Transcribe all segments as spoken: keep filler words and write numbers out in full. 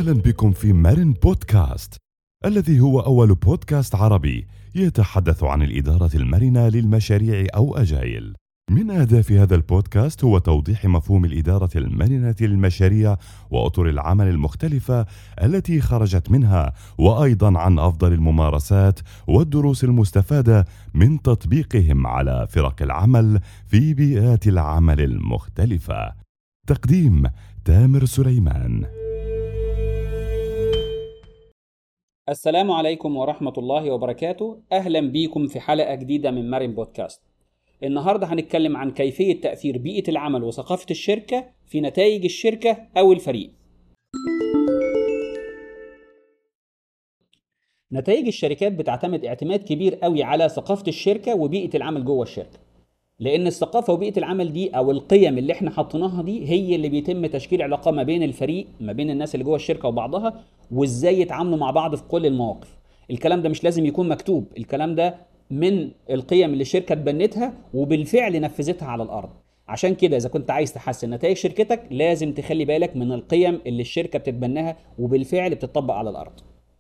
أهلا بكم في مارن بودكاست، الذي هو أول بودكاست عربي يتحدث عن الإدارة المرنة للمشاريع أو أجايل. من أهداف هذا البودكاست هو توضيح مفهوم الإدارة المرنة للمشاريع وأطر العمل المختلفة التي خرجت منها، وأيضا عن أفضل الممارسات والدروس المستفادة من تطبيقهم على فرق العمل في بيئات العمل المختلفة. تقديم تامر سليمان. السلام عليكم ورحمة الله وبركاته. أهلا بيكم في حلقة جديدة من مارن بودكاست. النهاردة هنتكلم عن كيفية تأثير بيئة العمل وثقافة الشركة في نتائج الشركة أو الفريق. نتائج الشركات بتعتمد اعتماد كبير قوي على ثقافة الشركة وبيئة العمل جوه الشركة، لأن الثقافة وبيئة العمل دي أو القيم اللي احنا حطيناها دي هي اللي بيتم تشكيل علاقة ما بين الفريق، ما بين الناس اللي جوه الشركة وبعضها، وازاي يتعاملوا مع بعض في كل المواقف. الكلام ده مش لازم يكون مكتوب، الكلام ده من القيم اللي الشركة اتبنتها وبالفعل نفذتها على الأرض. عشان كده إذا كنت عايز تحسن نتائج شركتك لازم تخلي بالك من القيم اللي الشركة بتتبناها وبالفعل بتطبق على الأرض.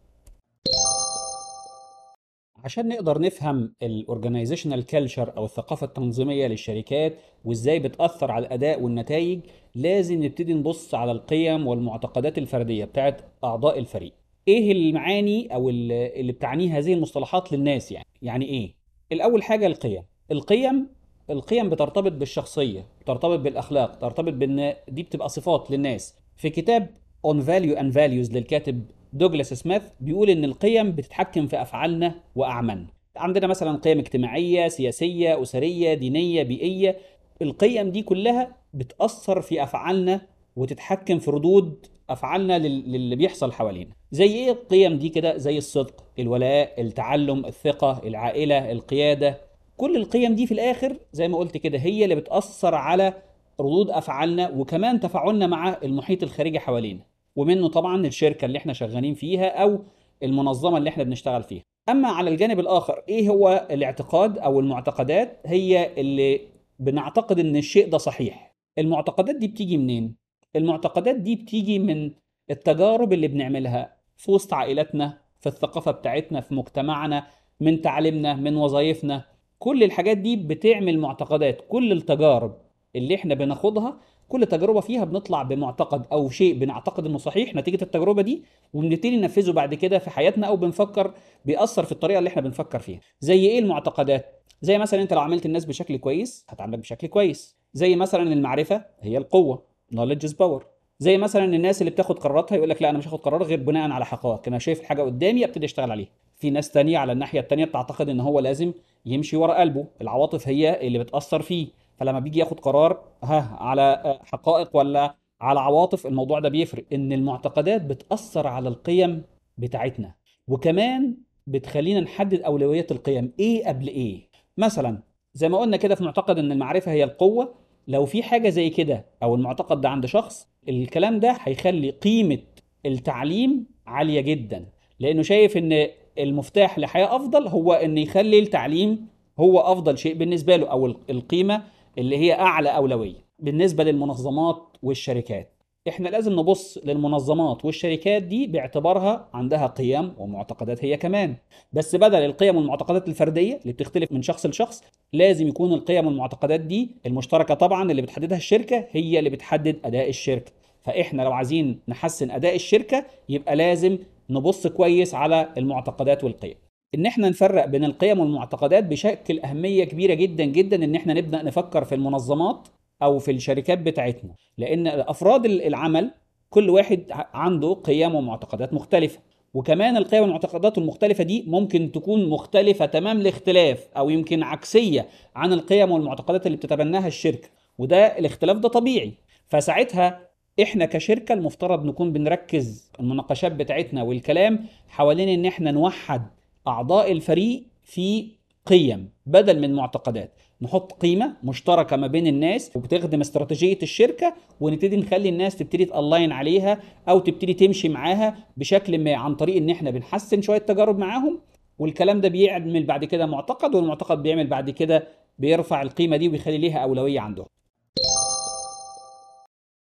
عشان نقدر نفهم الاورجانيزيشنال كلتشر او الثقافه التنظيميه للشركات وازاي بتاثر على الاداء والنتائج، لازم نبتدي نبص على القيم والمعتقدات الفرديه بتاعت اعضاء الفريق. ايه المعاني او اللي بتعنيه هذه المصطلحات للناس؟ يعني يعني ايه؟ الاول حاجه القيم. القيم القيم بترتبط بالشخصيه، بترتبط بالاخلاق، بترتبط بان دي بتبقى صفات للناس. في كتاب On Value and Values للكاتب دوغلاس سميث بيقول ان القيم بتتحكم في افعالنا واعمالنا. عندنا مثلا قيم اجتماعيه، سياسيه، اسريه، دينيه، بيئيه. القيم دي كلها بتاثر في افعالنا وتتحكم في ردود افعالنا للي بيحصل حوالينا. زي ايه القيم دي كده؟ زي الصدق، الولاء، التعلم، الثقه، العائله، القياده. كل القيم دي في الاخر زي ما قلت كده هي اللي بتاثر على ردود افعالنا وكمان تفاعلنا مع المحيط الخارجي حوالينا، ومنه طبعا الشركة اللي احنا شغالين فيها او المنظمة اللي احنا بنشتغل فيها. اما على الجانب الاخر ايه هو الاعتقاد او المعتقدات؟ هي اللي بنعتقد ان الشيء ده صحيح. المعتقدات دي بتيجي منين؟ المعتقدات دي بتيجي من التجارب اللي بنعملها في وسط عائلاتنا، في الثقافة بتاعتنا، في مجتمعنا، من تعليمنا، من وظائفنا. كل الحاجات دي بتعمل معتقدات. كل التجارب اللي احنا بناخدها، كل تجربة فيها بنطلع بمعتقد أو شيء بنعتقد إنه صحيح نتيجة التجربة دي، وبنبتدي ننفذه بعد كده في حياتنا أو بنفكر بيأثر في الطريقة اللي إحنا بنفكر فيها. زي إيه المعتقدات؟ زي مثلا أنت لو عملت الناس بشكل كويس هتعاملك بشكل كويس. زي مثلا المعرفة هي القوة، knowledge is power. زي مثلا الناس اللي بتاخد قراراتها يقول لك لا أنا مش هاخد قرار غير بناء على حقائق، أنا شايف الحاجة قدامي أبتدي أشتغل عليها. في ناس تانية على الناحية التانية بتعتقد إن هو لازم يمشي ورا قلبه، العواطف هي اللي بتأثر فيه، فلما بيجي ياخد قرار ها على حقائق ولا على عواطف، الموضوع ده بيفرق. ان المعتقدات بتأثر على القيم بتاعتنا، وكمان بتخلينا نحدد اولويات القيم ايه قبل ايه. مثلا زي ما قلنا كده في معتقد ان المعرفة هي القوة، لو في حاجة زي كده او المعتقد ده عند شخص، الكلام ده هيخلي قيمة التعليم عالية جدا، لانه شايف ان المفتاح لحياة افضل هو ان يخلي التعليم هو افضل شيء بالنسبة له، او القيمة اللي هي اعلى اولويه. بالنسبه للمنظمات والشركات، احنا لازم نبص للمنظمات والشركات دي باعتبارها عندها قيم ومعتقدات هي كمان، بس بدل القيم والمعتقدات الفرديه اللي بتختلف من شخص لشخص، لازم يكون القيم والمعتقدات دي المشتركه طبعا اللي بتحددها الشركه هي اللي بتحدد اداء الشركه. فاحنا لو عايزين نحسن اداء الشركه يبقى لازم نبص كويس على المعتقدات والقيم. ان احنا نفرق بين القيم والمعتقدات بشكل اهميه كبيره جدا جدا، ان احنا نبدا نفكر في المنظمات او في الشركات بتاعتنا، لان افراد العمل كل واحد عنده قيم ومعتقدات مختلفه، وكمان القيم والمعتقدات المختلفه دي ممكن تكون مختلفه تمام الاختلاف او يمكن عكسيه عن القيم والمعتقدات اللي بتتبناها الشركه، وده الاختلاف ده طبيعي. فساعتها احنا كشركه المفترض نكون بنركز المناقشات بتاعتنا والكلام حوالين ان احنا نوحد اعضاء الفريق في قيم بدل من معتقدات، نحط قيمه مشتركه ما بين الناس وبتخدم استراتيجيه الشركه، ونبتدي نخلي الناس تبتدي تالاين عليها او تبتدي تمشي معاها بشكل ما عن طريق ان احنا بنحسن شويه تجارب معاهم، والكلام ده بيعمل بعد كده معتقد، والمعتقد بيعمل بعد كده بيرفع القيمه دي وبيخلي ليها اولويه عندهم.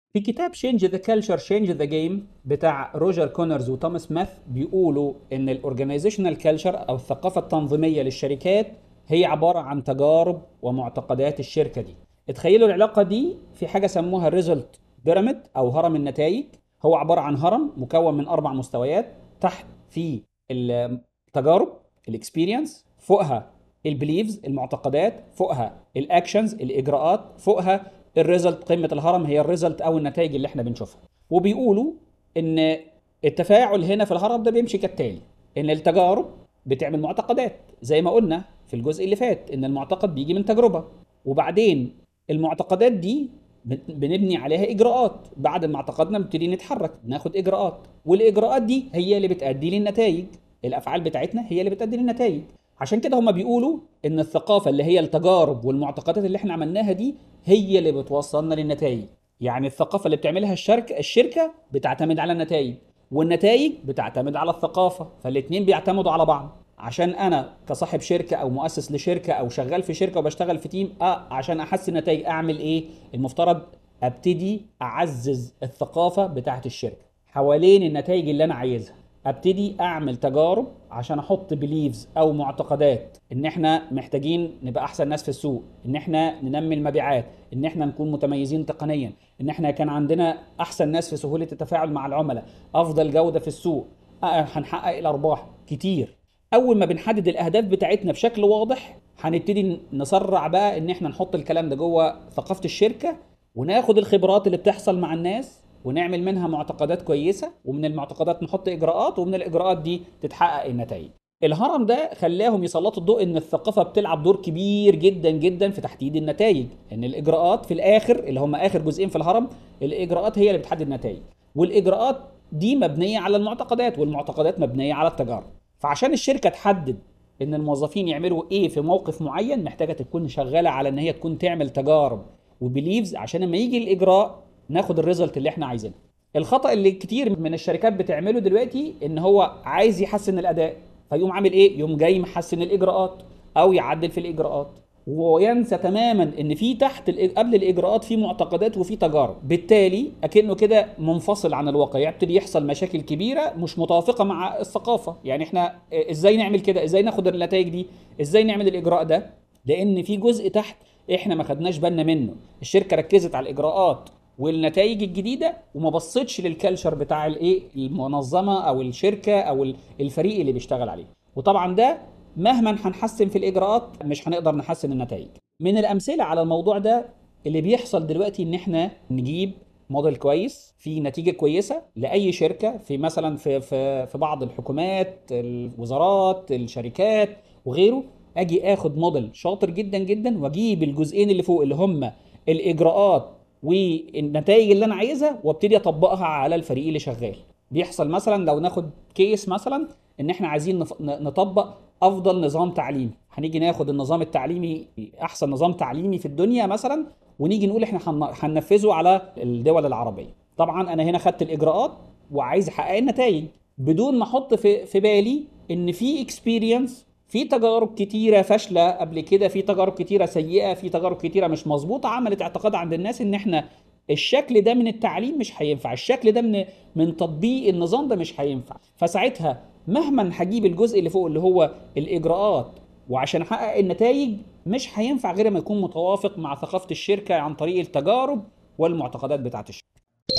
في كتاب Change the Culture Change the Game بتاع روجر كونرز وتوماس ماث بيقولوا ان الاورجانيزيشنال كلتشر او الثقافه التنظيميه للشركات هي عباره عن تجارب ومعتقدات الشركه دي. اتخيلوا العلاقه دي في حاجه سموها الريزلت بيراميد او هرم النتائج. هو عباره عن هرم مكون من اربع مستويات. تحت في التجارب الاكسبيرينس، فوقها البليفز المعتقدات، فوقها الاكشنز الاجراءات، فوقها الريزلت قمه الهرم هي الريزلت او النتائج اللي احنا بنشوفها. وبيقولوا ان التفاعل هنا في الهرم ده بيمشي كالتالي: ان التجارب بتعمل معتقدات زي ما قلنا في الجزء اللي فات ان المعتقد بيجي من تجربه، وبعدين المعتقدات دي بنبني عليها اجراءات. بعد ما اعتقدنا بنبتدي نتحرك ناخد اجراءات، والاجراءات دي هي اللي بتؤدي للنتائج. الافعال بتاعتنا هي اللي بتؤدي للنتائج. عشان كده هم بيقولوا ان الثقافه اللي هي التجارب والمعتقدات اللي احنا عملناها دي هي اللي بتوصلنا للنتائج. يعني الثقافه اللي بتعملها الشركه الشركه بتعتمد على النتائج، والنتائج بتعتمد على الثقافه، فالاثنين بيعتمدوا على بعض. عشان انا كصاحب شركه او مؤسس لشركه او شغال في شركه وبشتغل في تيم، اه عشان احسن نتائج اعمل ايه؟ المفترض ابتدي اعزز الثقافه بتاعت الشركه حوالين النتائج اللي انا عايزها. ابتدي اعمل تجارب عشان احط بليفز او معتقدات ان احنا محتاجين نبقى احسن ناس في السوق، ان احنا ننمي المبيعات، ان احنا نكون متميزين تقنيا، ان احنا كان عندنا احسن ناس في سهوله التفاعل مع العملاء، افضل جوده في السوق، آه هنحقق الارباح كتير. اول ما بنحدد الاهداف بتاعتنا بشكل واضح هنبتدي نسرع بقى ان احنا نحط الكلام ده جوه ثقافه الشركه، وناخد الخبرات اللي بتحصل مع الناس ونعمل منها معتقدات كويسه، ومن المعتقدات نحط اجراءات، ومن الاجراءات دي تتحقق النتائج. الهرم ده خلاهم يسلطوا الضوء ان الثقافه بتلعب دور كبير جدا جدا في تحديد النتائج. ان الاجراءات في الاخر اللي هم اخر جزئين في الهرم، الاجراءات هي اللي بتحدد النتائج، والاجراءات دي مبنيه على المعتقدات، والمعتقدات مبنيه على التجارب. فعشان الشركه تحدد ان الموظفين يعملوا ايه في موقف معين، محتاجه تكون شغاله على ان هي تكون تعمل تجارب وبليفز عشان لما يجي الاجراء ناخد الريزلت اللي احنا عايزينه. الخطأ اللي كتير من الشركات بتعمله دلوقتي ان هو عايز يحسن الاداء، فيقوم عامل ايه؟ يقوم جاي محسن الاجراءات او يعدل في الاجراءات، وينسى تماما ان في تحت قبل الاجراءات في معتقدات وفي تجارب. بالتالي اكنه كده منفصل عن الواقع، يبتدي يحصل مشاكل كبيره مش متوافقه مع الثقافه. يعني احنا ازاي نعمل كده؟ ازاي ناخد النتائج دي؟ ازاي نعمل الاجراء ده؟ لان في جزء تحت احنا ما خدناش بالنا منه. الشركه ركزت على الاجراءات والنتائج الجديده وما بصتش للكالتشر بتاع الايه المنظمه او الشركه او الفريق اللي بيشتغل عليه. وطبعا ده مهما هنحسن في الاجراءات مش هنقدر نحسن النتائج. من الامثله على الموضوع ده اللي بيحصل دلوقتي ان احنا نجيب موديل كويس في نتيجه كويسه لاي شركه، في مثلا في في في بعض الحكومات، الوزارات، الشركات وغيره. اجي اخد موديل شاطر جدا جدا واجيب الجزئين اللي فوق اللي هم الاجراءات والنتائج اللي انا عايزها، وابتدي اطبقها على الفريق اللي شغال. بيحصل مثلا لو ناخد كيس مثلا ان احنا عايزين نطبق افضل نظام تعليمي، هنيجي ناخد النظام التعليمي احسن نظام تعليمي في الدنيا مثلا، ونيجي نقول احنا هننفذه على الدول العربيه. طبعا انا هنا خدت الاجراءات وعايز احقق النتائج بدون ما احط في في بالي ان في اكسبيرينس، في تجارب كتيره فاشله قبل كده، في تجارب كتيره سيئه، في تجارب كتيره مش مظبوطه، عملت اعتقاد عند الناس ان احنا الشكل ده من التعليم مش هينفع، الشكل ده من من تطبيق النظام ده مش هينفع. فساعتها مهما هجيب الجزء اللي فوق اللي هو الاجراءات وعشان احقق النتائج، مش هينفع غير ما يكون متوافق مع ثقافه الشركه عن طريق التجارب والمعتقدات بتاعه الشركه.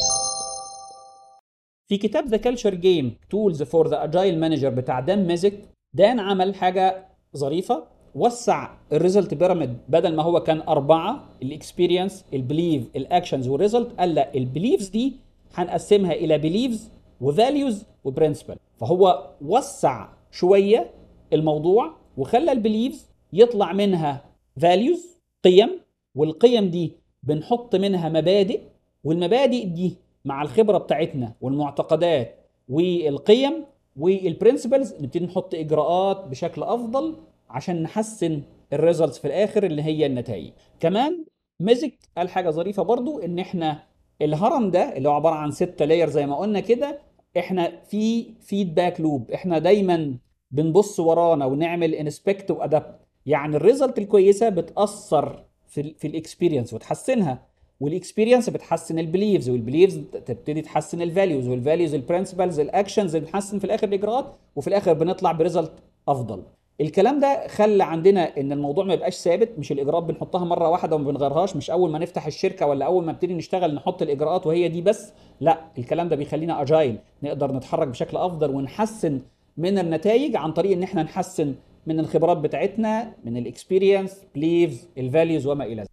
في كتاب ذا كلتشر جيم تولز فور ذا اجايل مانجر بتاع دان ميزك، دان عمل حاجه ظريفه، وسع الريزلت بيراميد. بدل ما هو كان اربعه، الاكسبيرينس البليف الاكشنز والريزلت، قال لا، البليفز دي هنقسمها الى بليفز وفاليوز وبرنسبل. فهو وسع شويه الموضوع وخلى البليفز يطلع منها فاليوز قيم، والقيم دي بنحط منها مبادئ، والمبادئ دي مع الخبره بتاعتنا والمعتقدات والقيم والبرنسبلز نبتدي نحط اجراءات بشكل افضل عشان نحسن الريزلتس في الاخر اللي هي النتائج. كمان ميزك قال حاجه ظريفه برضو، ان احنا الهرم ده اللي هو عباره عن ستة لاير زي ما قلنا كده، احنا في فيدباك لوب، احنا دايما بنبص ورانا ونعمل انسبكت وادابت. يعني الريزلت الكويسه بتاثر في ال في الاكسبيرينس وتحسنها، والاكسبيرينس بتحسن البليفز، والبليفز تبتدي تحسن الفاليوز، والفاليوز البرنسبلز الاكشنز اللي بتحسن في الاخر الاجراءات، وفي الاخر بنطلع بريزلت افضل. الكلام ده خلى عندنا ان الموضوع ما يبقاش ثابت، مش الاجراءات بنحطها مره واحده وما بنغيرهاش، مش اول ما نفتح الشركه ولا اول ما نبتدي نشتغل نحط الاجراءات وهي دي بس. لا، الكلام ده بيخلينا اجايل، نقدر نتحرك بشكل افضل ونحسن من النتائج عن طريق ان احنا نحسن من الخبرات بتاعتنا، من الاكسبيرينس، بليفز، الفاليوز وما الى ذلك.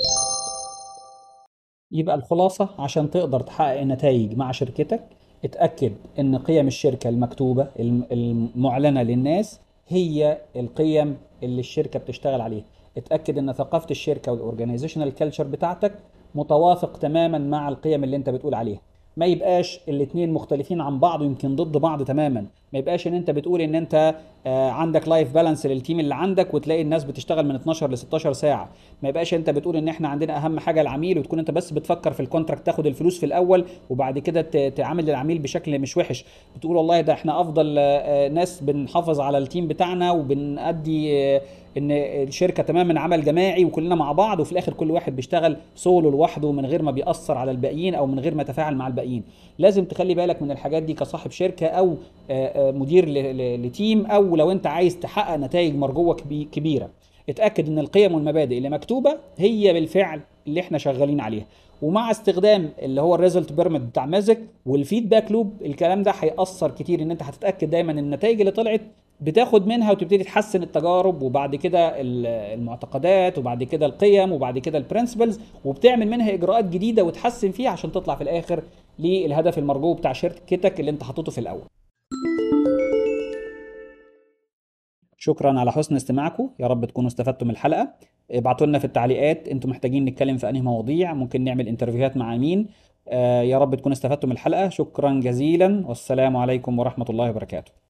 يبقى الخلاصة، عشان تقدر تحقق النتائج مع شركتك، اتأكد ان قيم الشركة المكتوبة الم- المعلنة للناس هي القيم اللي الشركة بتشتغل عليها. اتأكد ان ثقافة الشركة والاورجانيزيشنال كلتشر بتاعتك متوافق تماما مع القيم اللي انت بتقول عليها. ما يبقاش الاتنين مختلفين عن بعض ويمكن ضد بعض تماما. ما يبقاش ان انت بتقول ان انت آه، عندك لايف بالانس للتيم اللي عندك وتلاقي الناس بتشتغل من اتناشر ل ستاشر ساعة. ما يبقاش انت بتقول ان احنا عندنا اهم حاجه العميل، وتكون انت بس بتفكر في الكونتراكت، تاخد الفلوس في الاول وبعد كده ت- تعامل العميل بشكل مش وحش. بتقول والله ده احنا افضل آه، آه، ناس بنحافظ على التيم بتاعنا وبنأدي آه، ان الشركه تماما عمل جماعي وكلنا مع بعض، وفي الاخر كل واحد بيشتغل سولو لوحده من غير ما بيأثر على الباقيين او من غير ما يتفاعل مع الباقيين. لازم تخلي بالك من الحاجات دي كصاحب شركه او آه، آه، مدير ل- ل- لتيم، او لو انت عايز تحقق نتائج مرجوه كبي- كبيره. اتاكد ان القيم والمبادئ اللي مكتوبه هي بالفعل اللي احنا شغالين عليها، ومع استخدام اللي هو الريزلت بيرميت بتاع مازك والفيدباك لوب، الكلام ده هيأثر كتير ان انت هتتاكد دايما ان النتائج اللي طلعت بتاخد منها وتبتدي تحسن التجارب، وبعد كده ال- المعتقدات، وبعد كده القيم، وبعد كده البرنسبلز، وبتعمل منها اجراءات جديده وتحسن فيها عشان تطلع في الاخر للهدف المرجو بتاع شركتك اللي انت حاططه في الاول. شكرا على حسن استماعكم، يا رب تكونوا استفدتوا من الحلقة. ابعتوا لنا في التعليقات انتم محتاجين نتكلم في انهي مواضيع، ممكن نعمل انترفيوهات مع مين. آه، يا رب تكونوا استفدتوا من الحلقة. شكرا جزيلا، والسلام عليكم ورحمة الله وبركاته.